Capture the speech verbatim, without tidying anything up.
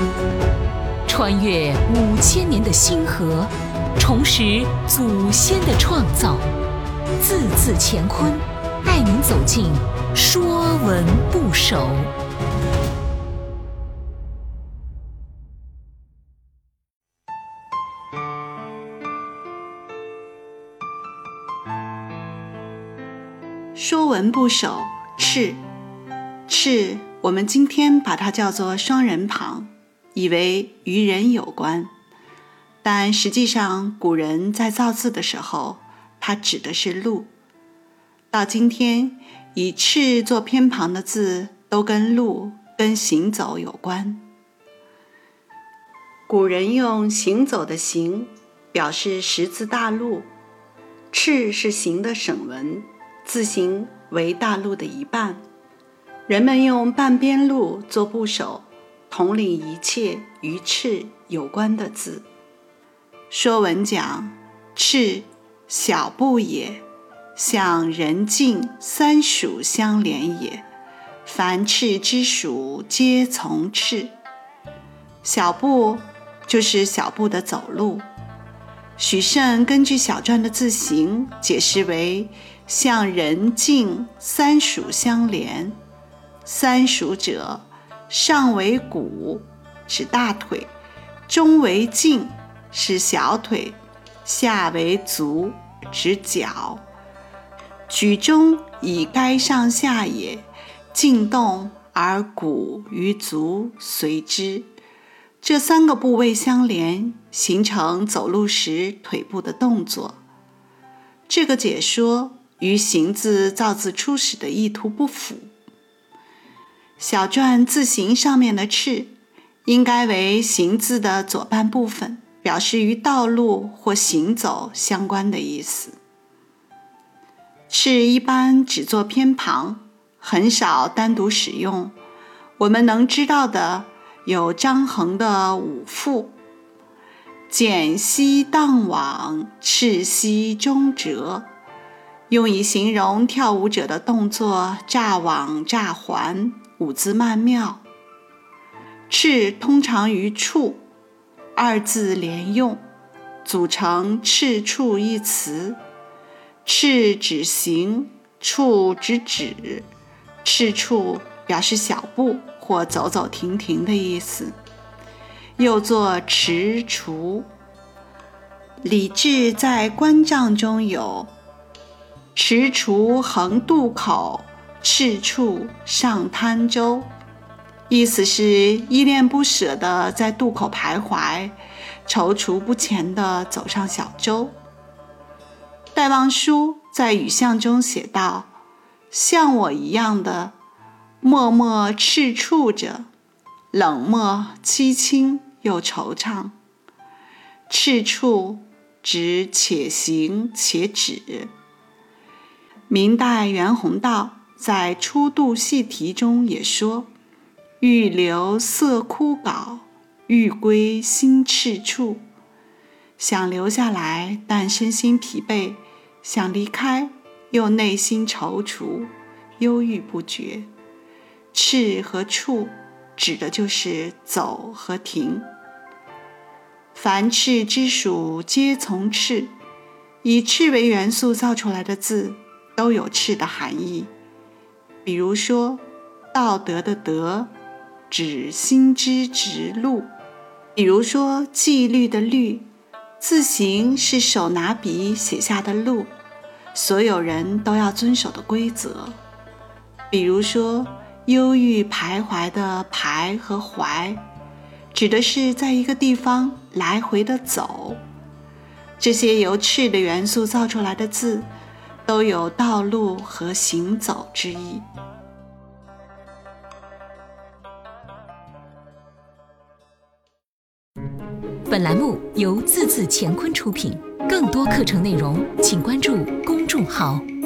穿越五千年的星河，重拾祖先的创造，字字乾坤，带您走进《说文不首》。 说文部首，赤。赤，我们今天把它叫做双人旁，以为与人有关，但实际上古人在造字的时候，它指的是路。到今天，以赤做偏旁的字都跟路、跟行走有关。古人用行走的行表示识字大路，赤是行的省文，字形为大路的一半。人们用半边路做部首，统领一切与赤有关的字。说文讲，赤，小部也，象人径三属相连也，凡赤之属皆从赤。小步就是小步的走路。许慎根据小篆的字形解释为象人径三属相连。三属者，上为股，指大腿，中为胫，是小腿，下为足，指脚。举中以该上下也，胫动而股与足随之。这三个部位相连，形成走路时腿部的动作。这个解说与行字造字初始的意图不符。小篆字形上面的赤，应该为行字的左半部分，表示与道路或行走相关的意思。赤一般只做偏旁，很少单独使用。我们能知道的有张衡的五赋：剪兮荡往，赤兮中折，用以形容跳舞者的动作乍往乍还，舞姿曼妙。赤通常与处二字连用，组成赤处一词。赤指行，处指止，赤处表示小步或走走停停的意思，又作踟蹰。李治在关丈中有踟蹰横渡口，赤处上滩舟，意思是依恋不舍地在渡口徘徊，踌躇不前地走上小舟。戴望舒在语象中写道：像我一样的默默赤处着，冷漠凄清又惆怅。赤处指且行且止。明代袁宏道在初度细题中也说：欲留色枯槁，欲归心赤处。想留下来，但身心疲惫；想离开，又内心踌躇，忧郁不决。赤和处指的就是走和停。凡赤之属皆从赤，以赤为元素造出来的字都有赤的含义。比如说道德的德，指心之直路；比如说纪律的律，字形是手拿笔写下的路，所有人都要遵守的规则。比如说忧郁徘徊的徘和怀，指的是在一个地方来回的走。这些由赤的元素造出来的字都有道路和行走之意。 本栏目由字字乾坤出品，更多课程内容请关注公众号